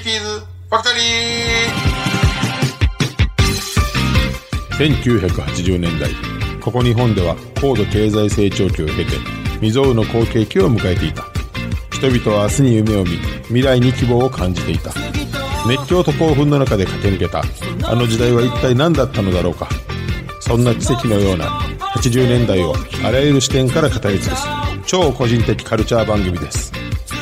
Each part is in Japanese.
80s ファクトリー。 1980年代、ここ日本では高度経済成長期を経て未曾有の好景気を迎えていた。人々は明日に夢を見、未来に希望を感じていた。熱狂と興奮の中で駆け抜けたあの時代は一体何だったのだろうか。そんな奇跡のような80年代をあらゆる視点から語り尽くす超個人的カルチャー番組です。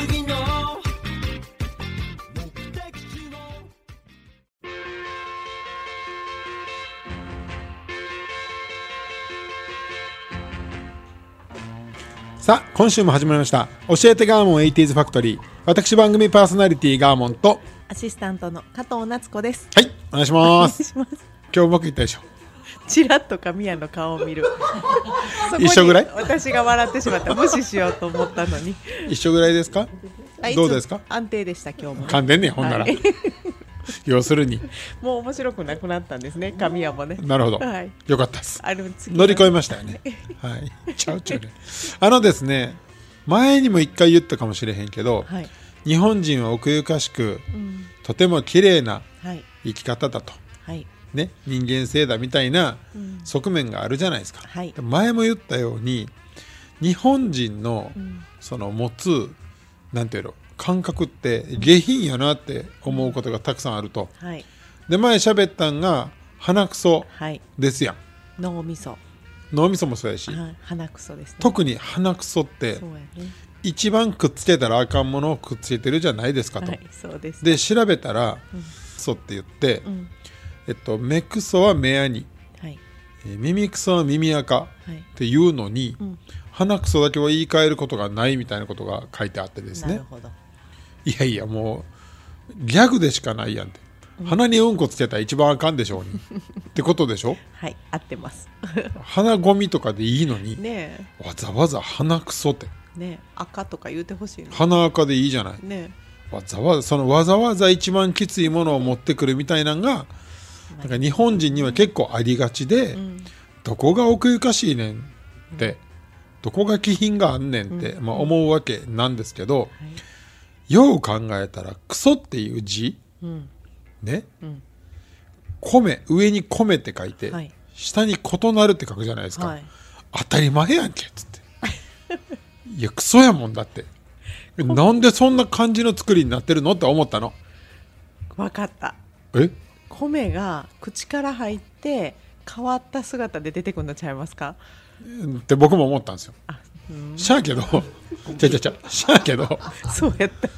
さあ、今週も始まりました教えてガーモン 80s ファクトリー。私番組パーソナリティガーモンとアシスタントの加藤夏子です。 はい、お願いします。今日うまくいったでしょ。 ちらっと神谷の顔を見る一緒ぐらい。 私が笑ってしまった。無視しようと思ったのに。 一緒ぐらいですか。どうですか。 安定でした今日も。 噛んでんねんほんなら、はい、要するにもう面白くなくなったんですね、神谷もね。 なるほど、 はい、 よかったです。乗り越えましたよねはいちゃうちゃうね。ですね、前にも一回言ったかもしれへんけど、はい、日本人は奥ゆかしく、とても綺麗な生き方だと、はいね、人間性だみたいな側面があるじゃないですか、はい、前も言ったように日本人のその持つなんていうの感覚って下品やなって思うことがたくさんあると、はい、で前喋ったんが鼻くそですやん、はい、 脳みそもそうやし、 鼻くそですね。 特に鼻くそってそうや、ね、一番くっつけたらあかんものをくっつけてるじゃないですかと、はい、そうです。で調べたら、そうって言って、目くそは目やに、はい、耳くそは耳垢っていうのに、鼻くそだけは言い換えることがないみたいなことが書いてあってですね。なるほど。いやいやもうギャグでしかないやんって、鼻にうんこつけたら一番あかんでしょうにってことでしょ。 はい、合ってます鼻ゴミとかでいいのに、 ね、 わざわざ鼻くそってね、赤とか言うてほしいの。 鼻赤でいいじゃない、ね、わざわざ一番きついものを持ってくるみたいなのがなんか日本人には結構ありがちで、どこが奥ゆかしいねんって、どこが気品があんねんって、思うわけなんですけど、よう考えたらクソっていう字、ね、米、上に米って書いて、下に異なるって書くじゃないですか、当たり前やんけっつっていやクソやもんだって、なんでそんな感じの作りになってるのって思ったの。 分かった。米が口から入って変わった姿で出てくるのちゃいますかって僕も思ったんですよ。しゃあけどしゃあけどそうやった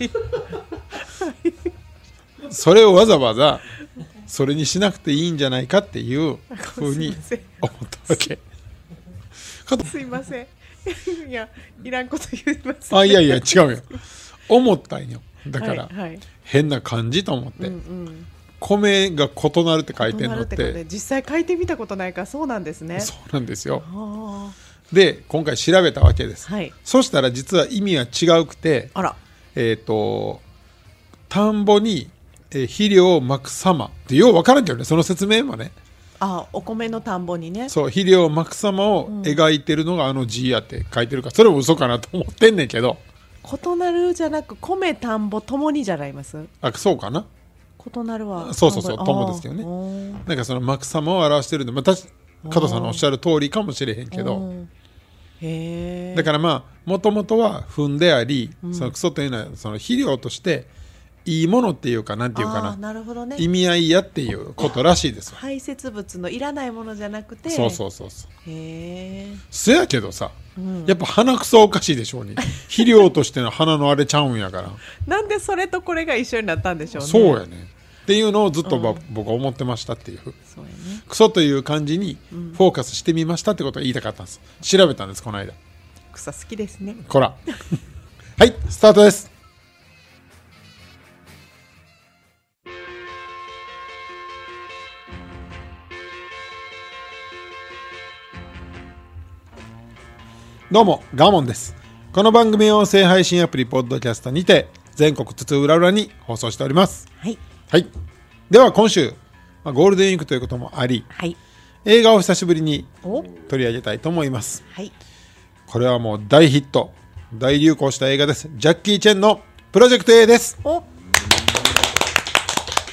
それをわざわざそれにしなくていいんじゃないかっていうふうに思ったわけ。 すいませんいやいらんこと言います、ね、 いや違うよ思ったんよ。だから、変な感じと思って、米が異なるって書いてるのって、 実際書いてみたことないからそうなんですね。 そうなんですよ。で今回調べたわけです、そしたら実は意味は違うくて、田んぼに肥料をまく様ってよう分からんけどね、その説明もね。 お米の田んぼにね、 そう肥料をまく様を描いてるのがあの字やって書いてるから、それも嘘かなと思ってんねんけど、 異なるじゃなく米田んぼともにじゃないます。 そうかな。 異なるはそうともですけどね。なんかそのまく様を表してるんで、加藤さんのおっしゃる通りかもしれへんけど、だからもともとは糞であり、そのクソというのはその肥料としていいものっていうかなんていうかな、 なるほどね、 意味合いやっていうことらしいですわ。 排泄物のいらないものじゃなくて、 そうそやけどさ、やっぱ鼻くそおかしいでしょうに肥料としての鼻のあれちゃうんやからなんでそれとこれが一緒になったんでしょうね。 そうやねっていうのをずっと僕は思ってましたっていう、そうやね、クソという漢字にフォーカスしてみましたってことを言いたかったんです。調べたんですこの間。 草好きですねこらはいスタートです。どうもガーモンです。この番組は音声配信アプリポッドキャストにて全国津々浦々に放送しております。はい、では今週、ゴールデンウィークということもあり、映画を久しぶりに取り上げたいと思います。これはもう大ヒット大流行した映画です。ジャッキー・チェンのプロジェクト A です。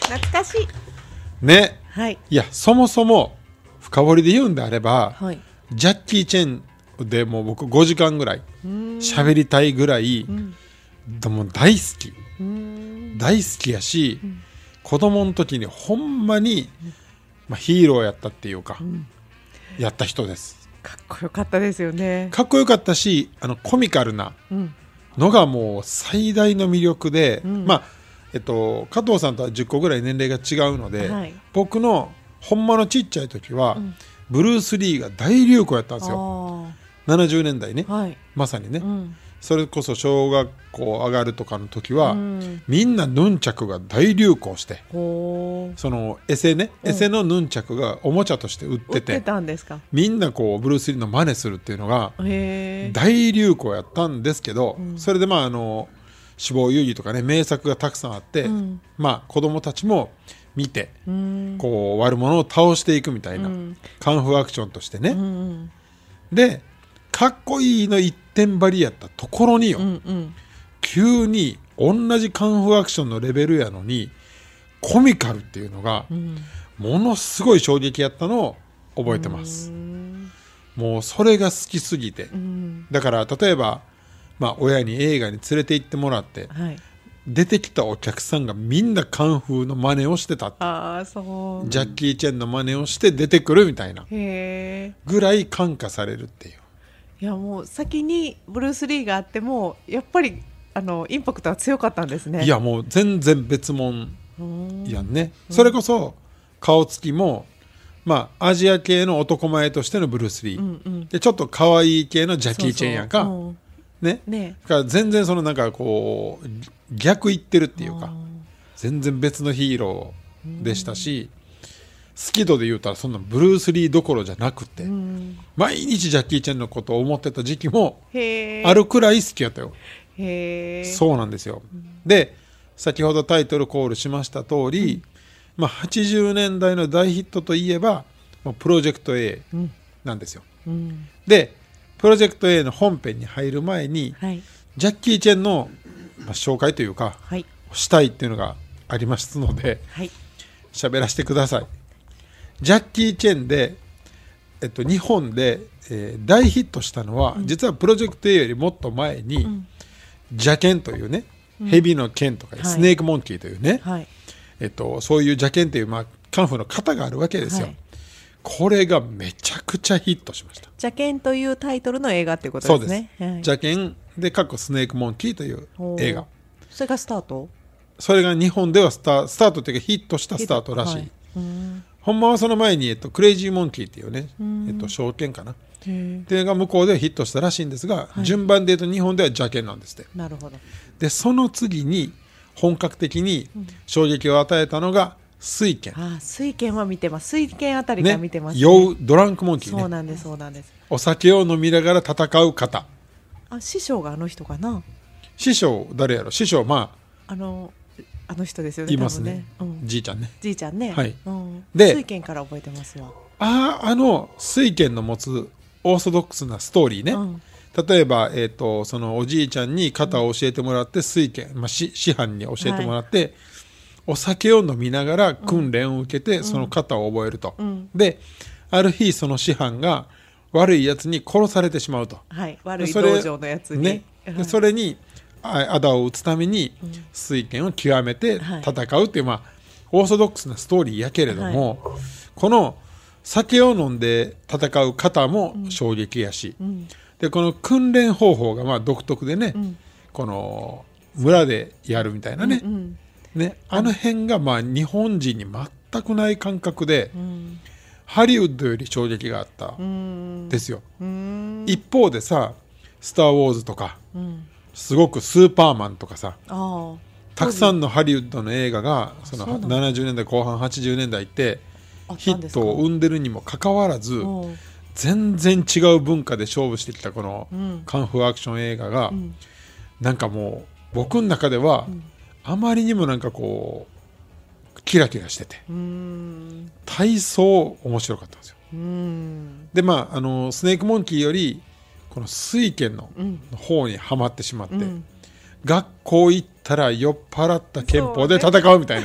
懐かしいね、 はい、 いやそもそも深掘りで言うんであれば、 はい、 ジャッキー・チェンでもう僕5時間ぐらい喋りたいぐらい、でも大好き大好きやし、子供の時にほんまに、ヒーローやったっていうか、やった人です。 かっこよかったですよね。 かっこよかったし、コミカルなのがもう最大の魅力で、加藤さんとは10個ぐらい年齢が違うので、はい、僕のほんまのちっちゃい時は、ブルース・リーが大流行やったんですよ。70年代ね、はい、まさにね、それこそ小学校上がるとかの時は、みんなヌンチャクが大流行して、そのエセのヌンチャクがおもちゃとして売ってて、みんなこうブルース・リーの真似するっていうのが大流行やったんですけど、それで死亡遊戯とかね名作がたくさんあって、子供たちも見て、こう悪者を倒していくみたいな、カンフーアクションとしてね、でかっこいいの一点張りやったところによ、急に同じカンフーアクションのレベルやのにコミカルっていうのが、ものすごい衝撃やったのを覚えてます。もうそれが好きすぎて、だから例えば、親に映画に連れて行ってもらって、出てきたお客さんがみんなカンフーの真似をしてたって、ジャッキー・チェンの真似をして出てくるみたいなぐらい感化されるっていう。 いやもう先にブルース・リーがあってもやっぱりインパクトは強かったんですね。 いやもう全然別物やんね。それこそ顔つきもアジア系の男前としてのブルース・リー、でちょっと可愛い系のジャッキー・チェンやんか、ね、だから全然そのなんかこう逆いってるっていうか、全然別のヒーローでしたし、好き度で言うたらそんなブルース・リーどころじゃなくて、毎日ジャッキー・チェンのことを思ってた時期もあるくらい好きやったよ。そうなんですよ。で先ほどタイトルコールしました通り、80年代の大ヒットといえばプロジェクト A なんですよ。でプロジェクト A の本編に入る前に、ジャッキー・チェンの、紹介というか、したいっていうのがありますので、喋らせてください。ジャッキー・チェンで、日本で、大ヒットしたのは、実はプロジェクト A よりもっと前に、邪剣というね、蛇の剣とか、スネークモンキーというね、そういう邪剣という、カンフーの型があるわけですよ。これがめちゃくちゃヒットしました。 邪剣というタイトルの映画っていうことですね。 そうです。邪剣でスネークモンキーという映画。 それがスタート？それが日本ではスタートというかヒットしたスタートらしい。ほんまはその前に、クレイジーモンキーっていうね、証券かなっていうのが向こうではヒットしたらしいんですが、順番で言うと日本では邪剣なんですって。 なるほど。 でその次に本格的に衝撃を与えたのが水拳。 水拳は見てます。水拳あたりから見てますね。 酔うドランクモンキーね。 そうなんです、そうなんです。 お酒を飲みながら戦う方。 師匠があの人かな。 師匠誰やろ。師匠あの人ですよね。 言いますね。じいちゃんね。 じいちゃんね。 はい。 で水拳から覚えてますわ。 水拳の持つオーソドックスなストーリーね。例えば、そのおじいちゃんに型を教えてもらって水拳、師範に教えてもらって、お酒を飲みながら訓練を受けて、その型を覚えると。である日その師範が悪いやつに殺されてしまうと。 悪い道場のやつに。 でそれにあだを打つために水拳を極めて戦うっていう、オーソドックスなストーリーやけれども、この酒を飲んで戦う方も衝撃やし、でこの訓練方法が独特でね、この村でやるみたいなね、あの辺が日本人に全くない感覚で、ハリウッドより衝撃があったですよ。一方でさ、スター・ウォーズとか、すごくスーパーマンとかさ、たくさんのハリウッドの映画がその70年代後半80年代ってヒットを生んでるにもかかわらず、全然違う文化で勝負してきたこのカンフーアクション映画が、なんかもう僕の中ではあまりにもなんかこうキラキラしてて、体操面白かったんですよ。でスネークモンキーよりこの水拳の方にはまってしまって、学校行ったら酔っ払った拳法で戦うみたいな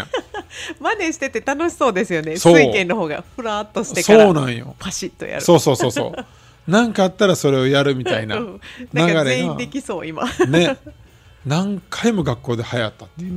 真似してて楽しそうですよね。 そう水拳の方がフラーっとしてからそうなんよ。 パシッとやる。 そうなんかあったらそれをやるみたいな流なんかれが全員できそう今。 ね、何回も学校で流行ったっていう、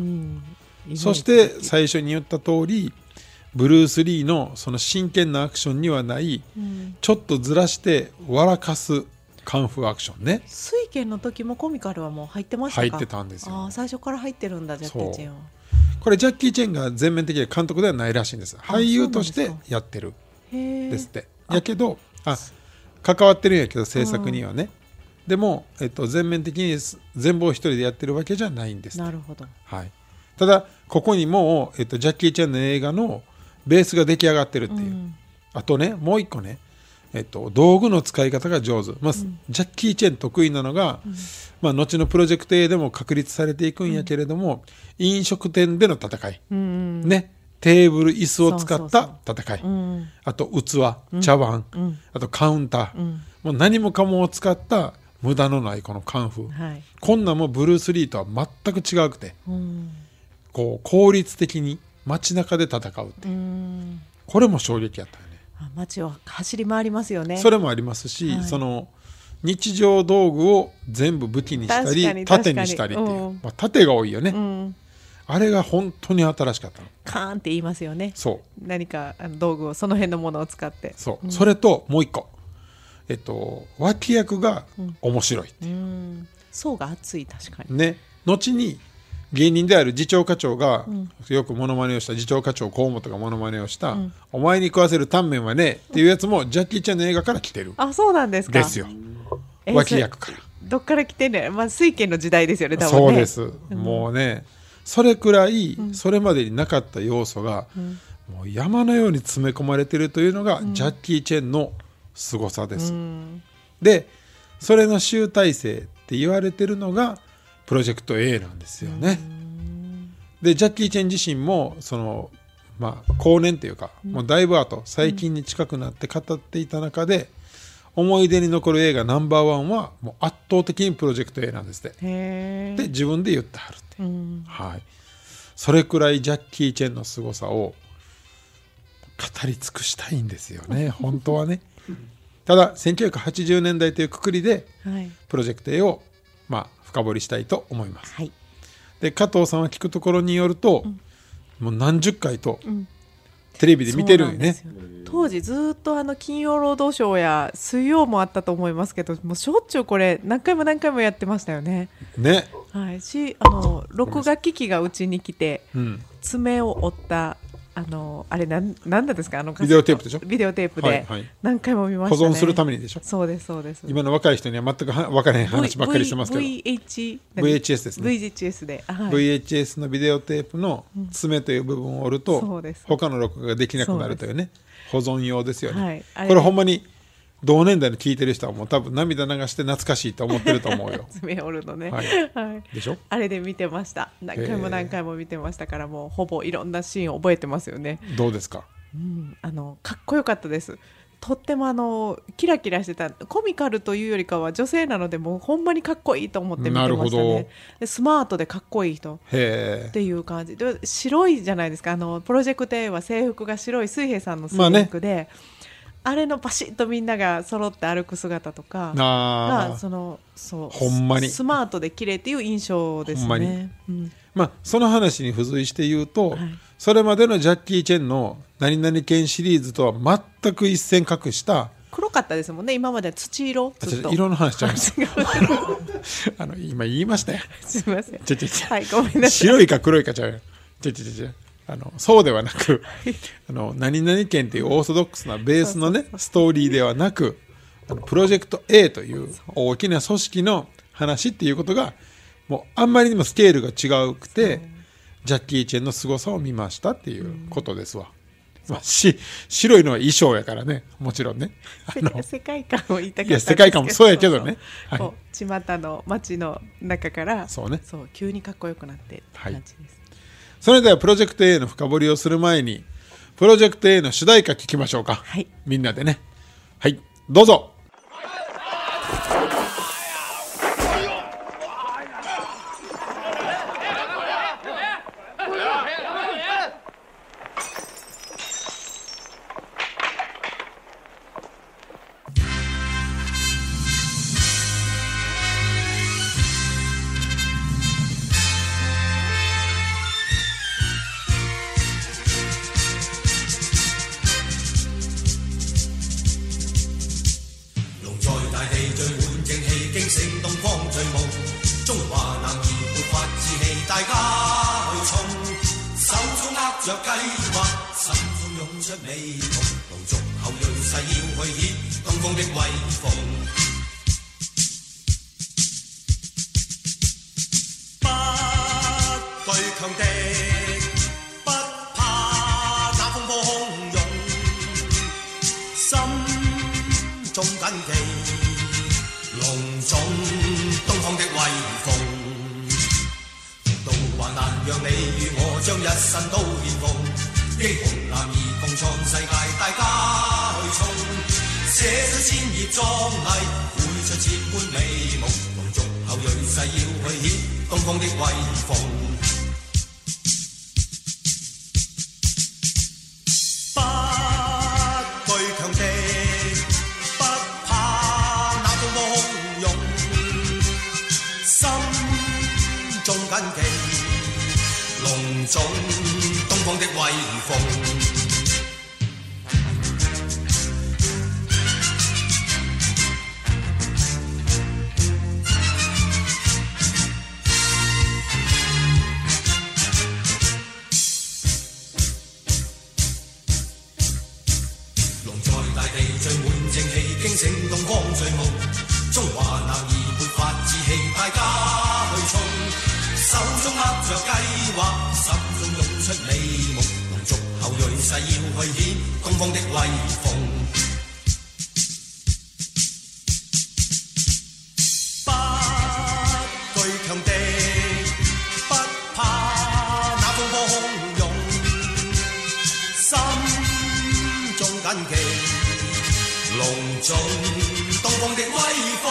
そして最初に言った通りブルース・リーのその真剣なアクションにはない、ちょっとずらして笑かすカンフーアクションね。 水拳の時もコミカルはもう入ってましたか？ 入ってたんですよ。 最初から入ってるんだ、ジャッキー・チェンは。 これジャッキー・チェンが全面的に監督ではないらしいんです。俳優としてやってるですって。やけど関わってるんやけど制作にはね、でも、全面的に全部を一人でやってるわけじゃないんです。 なるほど、 はい、ただここにもう、ジャッキー・チェンの映画のベースが出来上がってるっていう、あとねもう一個ね、道具の使い方が上手、ジャッキー・チェン得意なのが、後のプロジェクト A でも確立されていくんやけれども、飲食店での戦い、ね、テーブル椅子を使った戦い、あと器、茶碗、あとカウンター、もう何もかもを使った無駄のないこのカンフー、こんなもブルース・リーとは全く違くて、こう効率的に街中で戦うっていう、これも衝撃やったよね。 街を走り回りますよね。 それもありますし、その日常道具を全部武器にしたり盾にしたりっていう、盾が多いよね、あれが本当に新しかったの。 カーンって言いますよね。 そう何か道具をその辺のものを使って、 それともう一個、脇役が面白いっていう、 層が厚い。確かにね。後に芸人である次長課長が、よくモノマネをした次長課長河本がモノマネをした、お前に食わせるタンメンはねっていうやつもジャッキー・チェンの映画から来てる。 そうなんですか。 ですよ、脇役から。 どっから来てんねん。水拳の時代ですよね、多分ね。そうです、もうね、それくらい、それまでになかった要素が、もう山のように詰め込まれているというのが、ジャッキー・チェンの凄さです、でそれの集大成って言われてるのがプロジェクト A なんですよね。でジャッキー・チェン自身もその、後年というか、もうだいぶ後最近に近くなって語っていた中で、思い出に残る映画ナンバーワンはもう圧倒的にプロジェクト A なんですって。で自分で言ってはるって、はい、それくらいジャッキー・チェンの凄さを語り尽くしたいんですよね本当はね。ただ1980年代というくくりで、プロジェクト A を深掘りしたいと思います、で加藤さんは聞くところによると、もう何十回とテレビで見てるんよね。 当時ずっと金曜ロードショーや水曜もあったと思いますけど、もうしょっちゅうこれ何回もやってましたよね。録画機器がうちに来て、爪を折ったあれなんですか、 ビデオテープでしょ。 ビデオテープで何回も見ましたね。 保存するためにでしょ。 そうです。 今の若い人には全く分からない話ばっかりしてますけど、VHS ですね。 VHS で、 VHS のビデオテープの爪という部分を折ると、他の録画ができなくなるというね、保存用ですよね。これほんまに同年代の聞いてる人はもう多分涙流して懐かしいと思ってると思うよ。 爪折るのね、 でしょ。 あれで見てました。何回も見てましたから、もうほぼいろんなシーン覚えてますよね。 どうですか。 かっこよかったです。とってもキラキラしてた。コミカルというよりかは女性なので、もうほんまにかっこいいと思って見てましたね。でスマートでかっこいい人っていう感じで、白いじゃないですか。プロジェクト A は制服が白い水平さんの制服で、あれのパシッとみんなが揃って歩く姿とかがほんまにスマートで綺麗っていう印象ですね。 その話に付随して言うと、それまでのジャッキー・チェンの何々犬シリーズとは全く一線画した黒かったですもんね。今まで土色ずっと色の話しちゃいました今言いましたよ。 すみません。 ごめんなさい。白いか黒いかちゃうよ。そうではなく何々県っていうオーソドックスなベースのねストーリーではなく、プロジェクト A という大きな組織の話っていうことが、もうあんまりにもスケールが違うくて、ジャッキー・チェンの凄さを見ましたっていうことですわ。白いのは衣装やからね、もちろんね。 世界観を言いたかったんですけど。 いや世界観もそうやけどね。 巷の街の中から急にかっこよくなって感じです。 それではプロジェクト A の深掘りをする前に、プロジェクト A の主題歌聞きましょうか。みんなでね。どうぞ。 着計劃，心中湧出美夢，同族後鋭勢要去顯東方的威風。不懼強敵，不怕那風波洶湧，心中緊記隆重東方的威風。還難讓你與我將一生都獻奉，英雄男兒共創世界，大家去衝，寫出千頁壯麗，繪出千般美夢，同族後鋭勢要去顯東方的威風。不懼強敵，不怕那風波洶湧，心中緊記隆重東方的威風。龍在大地聚滿正氣，驚醒東方最夢，中華男兒沒法自棄，大家去衝，手中握着計劃，心中湧出美夢，同族後鋭勢要去顯東方的威風。不懼強敵，不怕那風波洶湧，心中緊記隆重東方的威風。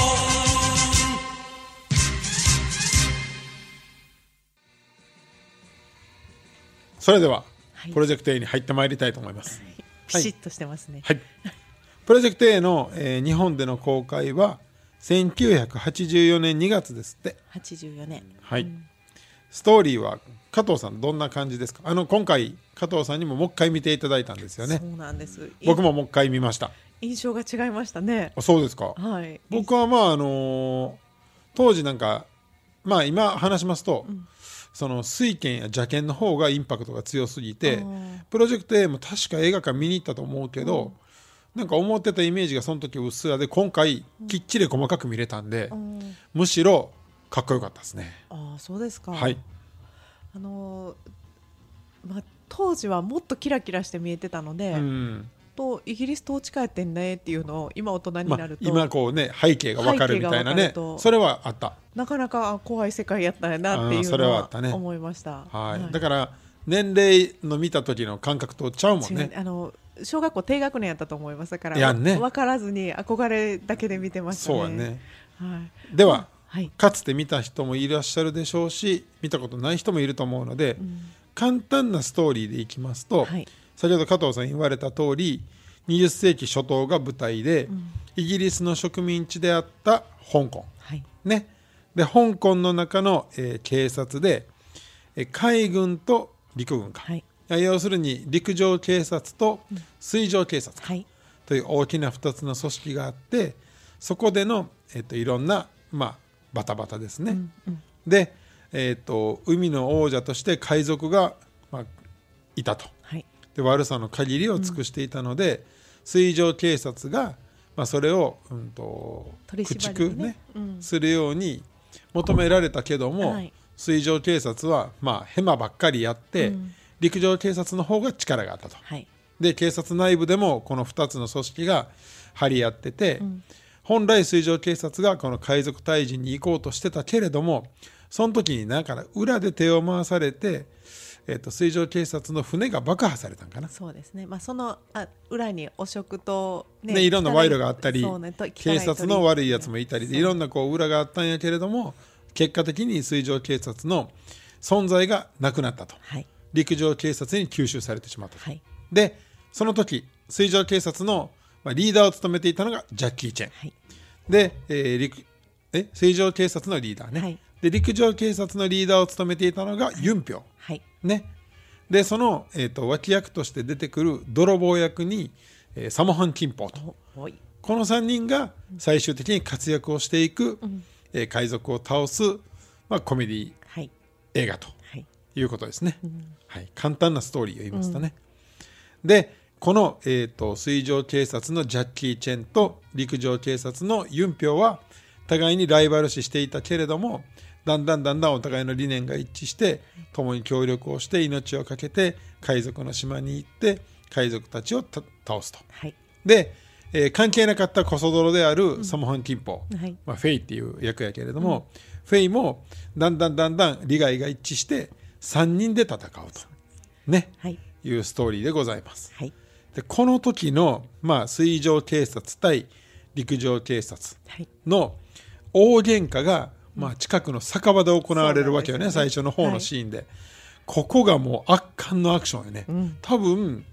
それでは、プロジェクト A に入ってまいりたいと思います。 ピシッとしてますね。 はい。プロジェクト A の、日本での公開は1984年2月ですって。 84年。 はい。ストーリーは加藤さんどんな感じですか？今回加藤さんにももう一回見ていただいたんですよね。 そうなんです。 僕ももう一回見ました。 印象が違いましたね。 あ、そうですか。 はい。 僕は当時なんか今話しますと。その水拳や邪剣の方がインパクトが強すぎて、プロジェクト A も確か映画館見に行ったと思うけど、なんか思ってたイメージがその時うっすらで、今回きっちり細かく見れたんで、むしろかっこよかったですね。 ああ、そうですか。 はい。 当時はもっとキラキラして見えてたので、とイギリス統治下やってんねっていうのを今大人になると、 今こうね背景が分かるみたいなね、それはあった。 なかなか怖い世界やったんやなっていうのは思いました。 はい。だから年齢の見た時の感覚とちゃうもんね。 小学校低学年やったと思います。だから分からずに憧れだけで見てましたね。 そうやね。 はい。 では、かつて見た人もいらっしゃるでしょうし、見たことない人もいると思うので、簡単なストーリーでいきますと。先ほど加藤さん言われた通り20世紀初頭が舞台で、イギリスの植民地であった香港、ね、で香港の中の、警察で、海軍と陸軍か、要するに陸上警察と水上警察か、という大きな2つの組織があって、そこでの、いろんな、バタバタですね、で、海の王者として海賊が、いたと。で悪さの限りを尽くしていたので、水上警察が、それを、駆逐、ねするように求められたけども、水上警察は、ヘマばっかりやって、陸上警察の方が力があったと。で警察内部でもこの2つの組織が張り合ってて、本来水上警察がこの海賊退治に行こうとしてたけれども、その時に裏で手を回されて、水上警察の船が爆破されたんかな。 そうですね。その裏に汚職と、 いろんな賄賂があったり、警察の悪いやつもいたりで、いろんな裏があったんやけれども、結果的に水上警察の存在がなくなったと。陸上警察に吸収されてしまったと。でその時水上警察のリーダーを務めていたのがジャッキー・チェン、で、水上警察のリーダーね、で陸上警察のリーダーを務めていたのがユンピョウ、ね、でその、脇役として出てくる泥棒役に、サモハン・キンポーと、この3人が最終的に活躍をしていく、海賊を倒す、コメディ映画ということですね、はい、簡単なストーリーを言いますとね、でこの、水上警察のジャッキー・チェンと陸上警察のユンピョウは互いにライバル視していたけれども、だんだんお互いの理念が一致して共に協力をして命を懸けて海賊の島に行って海賊たちを倒すと、 はい、 で、関係なかったコソ泥であるサモハン・キンポ、 はい、 フェイっていう役やけれども、フェイもだんだん利害が一致して3人で戦うとね、はい、いうストーリーでございます、はい、でこの時の、水上警察対陸上警察の大喧嘩が、近くの酒場で行われるわけよね、最初の方のシーンで、はい、ここがもう圧巻のアクションよね、多分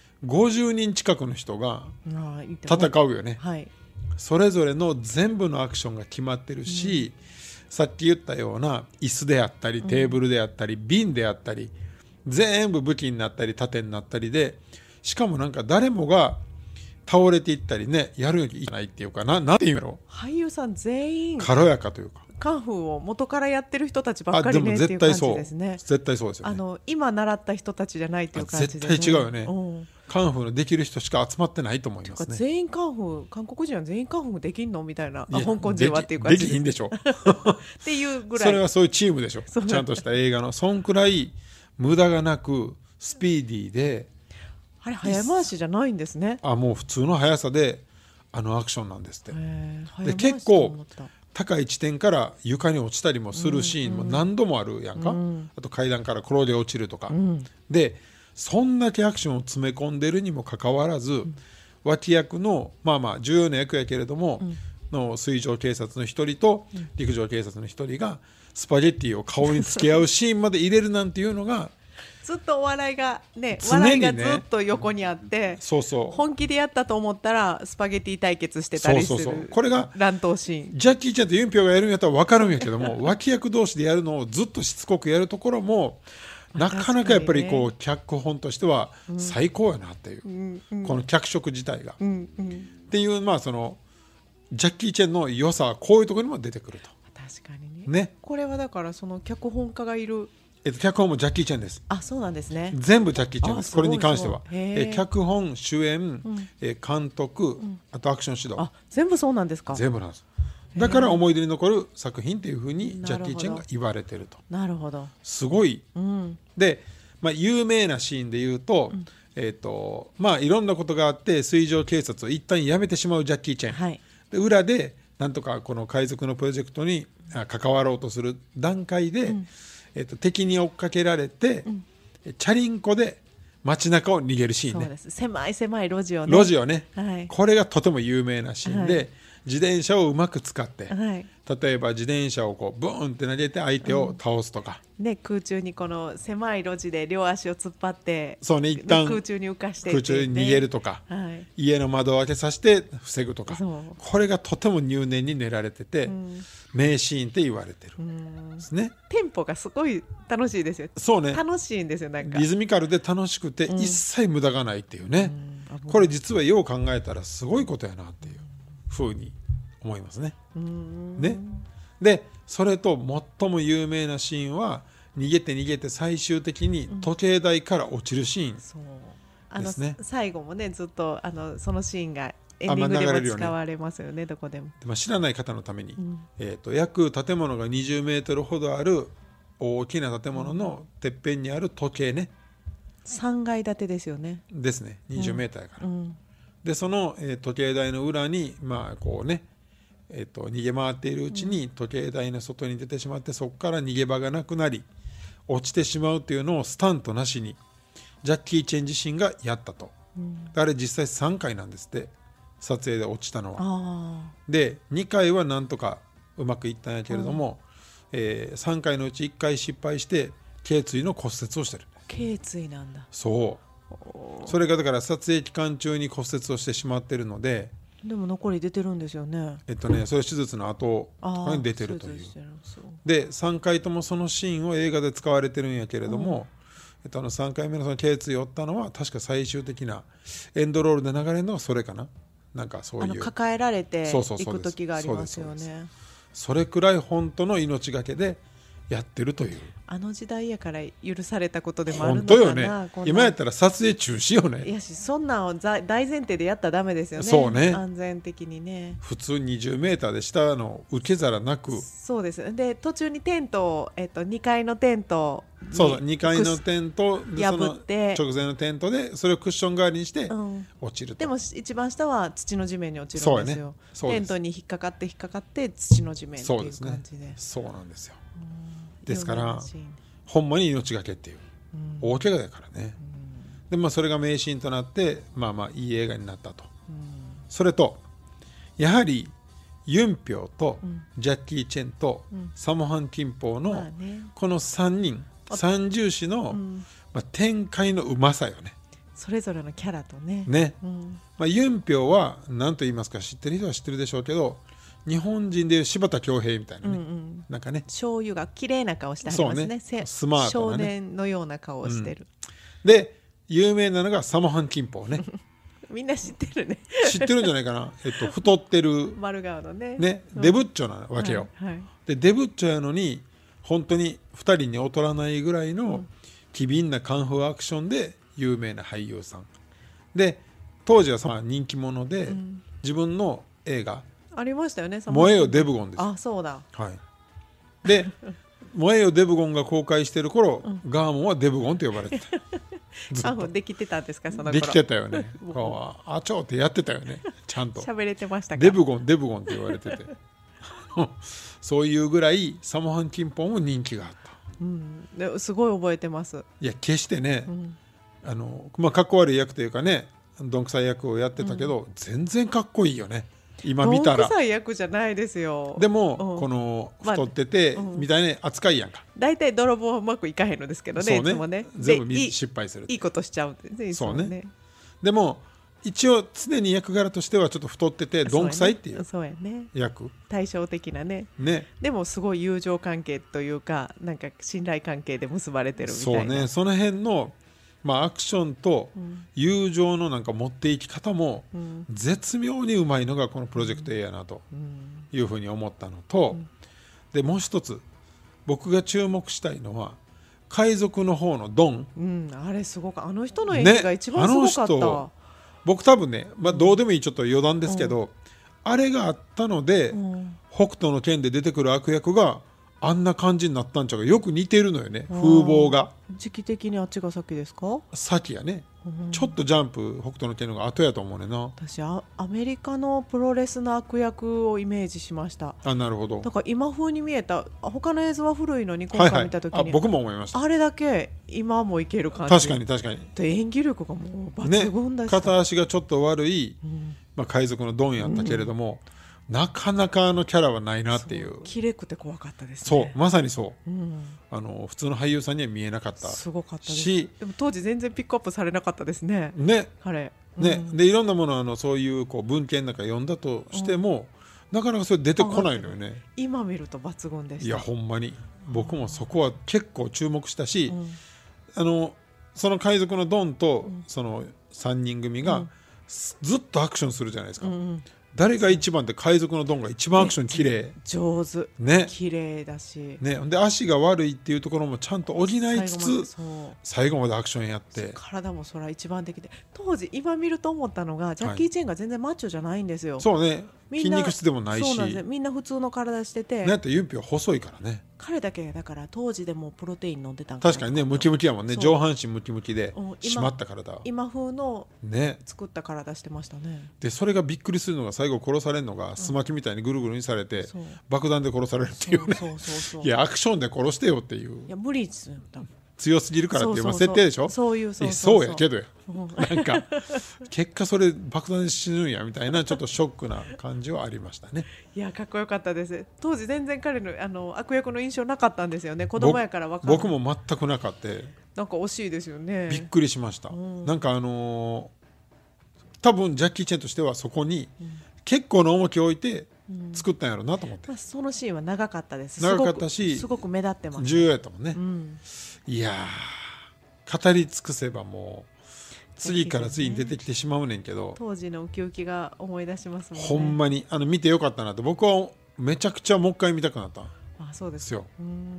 50人近くの人が戦うよね、はい、それぞれの全部のアクションが決まってるし、さっき言ったような椅子であったりテーブルであったり、瓶であったり全部武器になったり盾になったりで、しかもなんか誰もが倒れていったりね、やるよりいいないっていうかなんていうの、 俳優さん全員軽やかというかカンフーを元からやってる人たちばっかりねっていう感じですね。 絶対そうですよね。 今習った人たちじゃないっていう感じで、ね、 絶対違うよね、カンフーのできる人しか集まってないと思いますね。 全員韓国人は全員カンフーできんのみたいな、香港人はっていう感じできひんでしょっていうぐらい、 それはそういうチームでしょちゃんとした映画のそんくらい無駄がなくスピーディーで、 あれ早回しじゃないんですね。 もう普通の速さでアクションなんですって。で結構高い地点から床に落ちたりもするシーンも何度もあるやんか、あと階段から転げ落ちるとか、でそんだけアクションを詰め込んでるにもかかわらず、脇役の重要な役やけれども、の水上警察の一人と陸上警察の一人がスパゲッティを顔につけ合うシーンまで入れるなんていうのがずっとお笑いがね、 笑いがずっと横にあって、 そう本気でやったと思ったらスパゲティ対決してたりする、 これが乱闘シーン、 ジャッキーちゃんとユンピョウがやるんやったら分かるんやけども脇役同士でやるのをずっとしつこくやるところもなかなかやっぱりこう脚本としては最高やなっていう、この脚色自体が、っていうそのジャッキーちゃんの良さはこういうところにも出てくると。 確かにね。これはだからその脚本家がいる脚本もジャッキー・チェンです。 そうなんですね。 全部ジャッキー・チェンです。これに関しては脚本、主演、監督、あとアクション指導、 全部そうなんですか。 全部なんです。だから思い出に残る作品っていうふうにジャッキー・チェンが言われてると。 なるほど。 すごい、で、有名なシーンで言うと、いろんなことがあって水上警察を一旦やめてしまうジャッキー・チェン、で裏でなんとかこの海賊のプロジェクトに関わろうとする段階で、敵に追っかけられて、チャリンコで街中を逃げるシーンね。 そうです。狭い路地をね、 これがとても有名なシーンで、自転車をうまく使って、例えば自転車をこうブーンって投げて相手を倒すとか、 空中にこの狭い路地で両足を突っ張って、 そうね、一旦空中に浮かして空中に逃げるとか、家の窓を開けさせて防ぐとか、これがとても入念に練られてて、名シーンって言われてるんですね。 テンポがすごい楽しいですよ。 そうね、 楽しいんですよ。なんかリズミカルで楽しくて、一切無駄がないっていうね、これ実はよう考えたらすごいことやなっていうふうに思いますね。でそれと最も有名なシーンは逃げて最終的に時計台から落ちるシーンですね。 最後もね、ずっとそのシーンがエンディングでも使われますよね、どこでも。 知らない方のために、約建物が20メートルほどある大きな建物のてっぺんにある時計ね、 3階建てですよね。 ですね、20メーターやから、でその、時計台の裏にこうね、逃げ回っているうちに時計台の外に出てしまって、そこから逃げ場がなくなり落ちてしまうというのをスタントなしにジャッキー・チェン自身がやったと、あれ実際3回なんですって、撮影で落ちたのは。で2回はなんとかうまくいったんやけれども、3回のうち1回失敗して頸椎の骨折をしてる。 頸椎なんだ。 それがだから撮影期間中に骨折をしてしまってるので、 でも残り出てるんですよね。 それ手術の後とかに出てるという。で3回ともそのシーンを映画で使われてるんやけれども、3回目のその頸椎を負ったのは確か最終的なエンドロールで流れるのはそれかな、なんかそういう抱えられていく時がありますよね。 それくらい本当の命がけでやってるというあの時代やから許されたことでもあるの本当かな。 よね。 こんな今やったら撮影中止よね。 いやし、そんなんを大前提でやったらダメですよね。 そうね、 安全的にね。 普通20メーターで下の受け皿なく、 そうです。で途中にテントを、2階のテントにそう2階のテントで破ってその直前のテントでそれをクッション代わりにして落ちると、 でも一番下は土の地面に落ちるんですよ。 そうですテントに引っかかって土の地面っていう感じで。 そうなんですよ。ですからほんまに命がけっていう、大怪我だからね。でそれが名シーンとなっていい映画になったと。それとやはりユンピョウとジャッキー・チェンとサモハン・キンポーのこの3人三重視の展開のうまさよね。 それぞれのキャラとね。 ユンピョウは何と言いますか、知ってる人は知ってるでしょうけど、日本人でいう柴田恭平みたいなね、なんかね、 醤油が綺麗な顔してありますね。 スマートなね、 少年のような顔をしてる。 で有名なのがサモハン・キンポーね。 みんな知ってるね。 知ってるんじゃないかな。太ってる丸顔のね、 デブッチョなわけよ。でデブッチョやのに本当に2人に劣らないぐらいの機敏なカンフーアクションで有名な俳優さんで、当時は人気者で、自分の映画ありましたよね。 燃えよデブゴンです。 あ、そうだ。 で燃えよデブゴンが公開してる頃、ガーモンはデブゴンと呼ばれてた。 ガーモンできてたんですか、その頃。 できてたよね。あちょってやってたよね、ちゃんと。 喋れてましたか。 デブゴンって言われててそういうぐらいサモハン・キンポンも人気があった。 すごい覚えてます。 いや決してね、かっこ悪い役というかね、どんくさい役をやってたけど、全然かっこいいよね今見たら。 どんくさい役じゃないですよ。 でも、この太ってて、みたいな扱いやんか。 大体泥棒はうまくいかへんのですけどね、いつもね。 全部失敗する。 いいことしちゃうんですね。 そうね。でも一応常に役柄としてはちょっと太っててどんくさいっていう役、 対照的なね。でもすごい友情関係というか、なんか信頼関係で結ばれてるみたいな。 そうね、その辺のアクションと友情のなんか持っていき方も絶妙にうまいのがこのプロジェクト A やなというふうに思ったのと、でもう一つ僕が注目したいのは海賊の方のドン、 あれすごく、あの人の演技が一番すごかった。 僕多分ね、どうでもいいちょっと余談ですけど、あれがあったので、北斗の拳で出てくる悪役があんな感じになったんちゃうか。よく似てるのよね、風貌が。 時期的にあっちが先ですか。 先やね、ちょっとジャンプ北斗の拳のが後やと思うねんな。 私アメリカのプロレスの悪役をイメージしました。 なるほど。 だから今風に見えた。他の映像は古いのに今回見た時に、 僕も思いました。 あれだけ今もいける感じ。 確かにで演技力がもう抜群だし、 片足がちょっと悪い、海賊のドンやったけれども、なかなかキャラはないなっていう。 きれくて怖かったですね。 そうまさにそう、普通の俳優さんには見えなかったすごかったし、でも当時全然ピックアップされなかったですね彼でいろんなものそういう文献なんか読んだとしても、なかなかそれ出てこないのよね。 今見ると抜群でした。 いやほんまに僕もそこは結構注目したし、その海賊のドンとその3人組がずっとアクションするじゃないですか。誰が一番って海賊のドンが一番アクション綺麗、 上手、 ね、 綺麗だし、 ね、で足が悪いっていうところもちゃんと補いつつ最後までアクションやって、 体もそれは一番的で、当時今見ると思ったのがジャッキー・チェンが全然マッチョじゃないんですよ。 そうね、筋肉質でもないし、 そうなんです。みんな普通の体してて、 なんてユンピは細いからね。 彼だけだから当時でもプロテイン飲んでたんかな。 確かにね、ムキムキやもんね。上半身ムキムキで締まった体、 今風の作った体してましたね。 でそれがびっくりするのが、最後殺されるのがスマキみたいにぐるぐるにされて、爆弾で殺されるっていうね。いやアクションで殺してよっていう。 いや無理ですよ。 強すぎるからっていう設定でしょ。 そうやけどや、なんか結果それ爆弾で死ぬんやみたいなちょっとショックな感じはありましたね。 いやかっこよかったです。当時全然彼の悪役の印象なかったんですよね。子供やから分かる。 僕も全くなかった。 なんか惜しいですよね。 びっくりしました。なんか多分ジャッキー・チェンとしてはそこに結構な重きを置いて作ったんやろうなと思って、 そのシーンは長かったです。 長かったしすごく目立ってます。 重要やったもんね。いや語り尽くせばもう次から次に出てきてしまうねんけど、 当時のウキウキが思い出しますもんね。 ほんまに見てよかったなと僕はめちゃくちゃもう一回見たくなった。 そうですよ。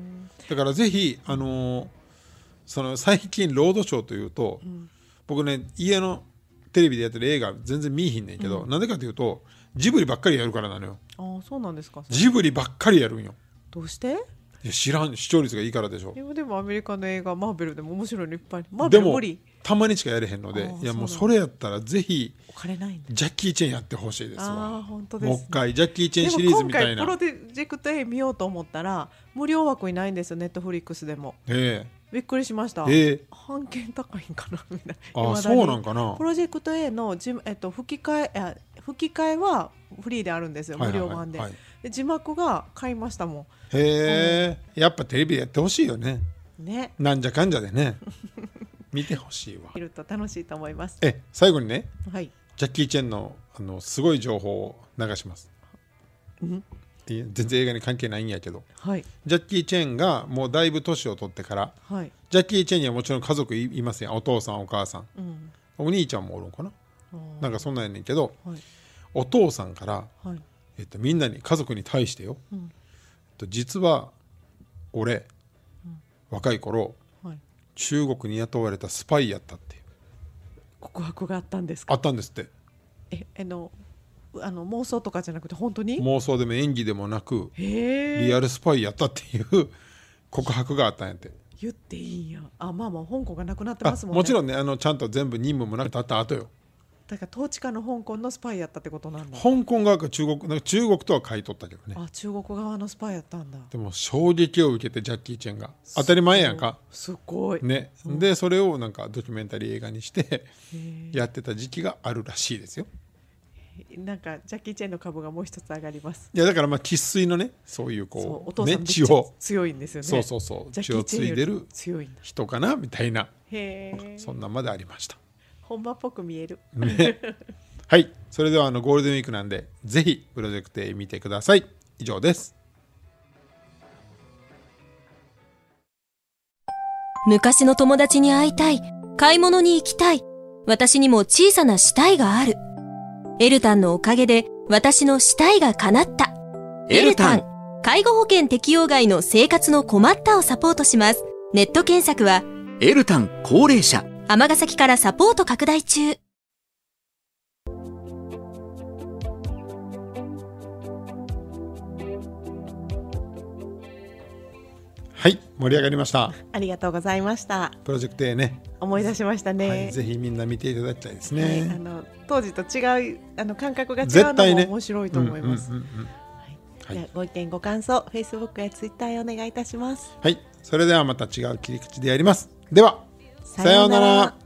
だからぜひその最近ロードショーというと、僕ね家のテレビでやってる映画全然見えひんねんけど、なんでかというとジブリばっかりやるからなのよ。 ああ、そうなんですか。 ジブリばっかりやるんよ。 どうして？ いや知らん、視聴率がいいからでしょ。 でもアメリカの映画マーベルでも面白いのいっぱい。マーベル無理。 でもたまにしかやれへんので、いやもうそれやったらぜひお金ないんだ。 ジャッキー・チェンやってほしいですわ。 ああ、本当ですね。 もう一回ジャッキー・チェンシリーズみたいな。 でも今回プロジェクト A 見ようと思ったら無料枠にないんですよ、ネットフリックスでも。びっくりしました。半券高いんかなみたいな。 あ、そうなんかな。 プロジェクト A の吹き替えはフリーであるんですよ、無料版で。で字幕が買いましたもん。 やっぱテレビでやってほしいよね。なんじゃかんじゃでね見てほしいわ。 見ると楽しいと思います。 最後にね、 はい、 ジャッキー・チェンのすごい情報を流します。全然映画に関係ないんやけど、 はい、 ジャッキー・チェンがもうだいぶ年を取ってから、 はい、 ジャッキー・チェンにはもちろん家族 いますやん。お父さんお母さん、お兄ちゃんもおるんかな、なんかそんなんやねんけど、お父さんから、みんなに家族に対してよ、実は俺、若い頃、中国に雇われたスパイやったっていう告白があったんですか？ あったんですって。 妄想とかじゃなくて本当に？ 妄想でも演技でもなくリアルスパイやったっていう告白があったんやって。 言っていいんや。まあ香港がなくなってますもんね。 もちろんね、ちゃんと全部任務もなくたった後よ。 だから統治下の香港のスパイやったってことなんだ。 香港側か中国とは買い取ったけどね。 中国側のスパイやったんだ。 でも衝撃を受けてジャッキー・チェンが当たり前やんか。 すごいね、でそれをなんかドキュメンタリー映画にしてやってた時期があるらしいですよ。 なんかジャッキー・チェンの株がもう一つ上がります。 いやだから生粋のね、そういうお父さんめっちゃ強いんですよね。 そう血を継いでる人かなみたいな、そんなんまでありました。 本場っぽく見える、 はい、それではゴールデンウィークなんでぜひプロジェクト A 見てください。以上です。 昔の友達に会いたい、買い物に行きたい、私にも小さなしたいがある。エルタンのおかげで私のしたいが叶った。エルタン、介護保険適用外の生活の困ったをサポートします。ネット検索はエルタン高齢者。 尼崎からサポート拡大中。 はい、盛り上がりました。 ありがとうございました。 プロジェクト A ね、 思い出しましたね。 ぜひみんな見ていただきたいですね。 当時と違う感覚が違うのも面白いと思います。ご意見ご感想 Facebook や Twitter へお願いいたします。 はい、それではまた違う切り口でやります。ではさようなら。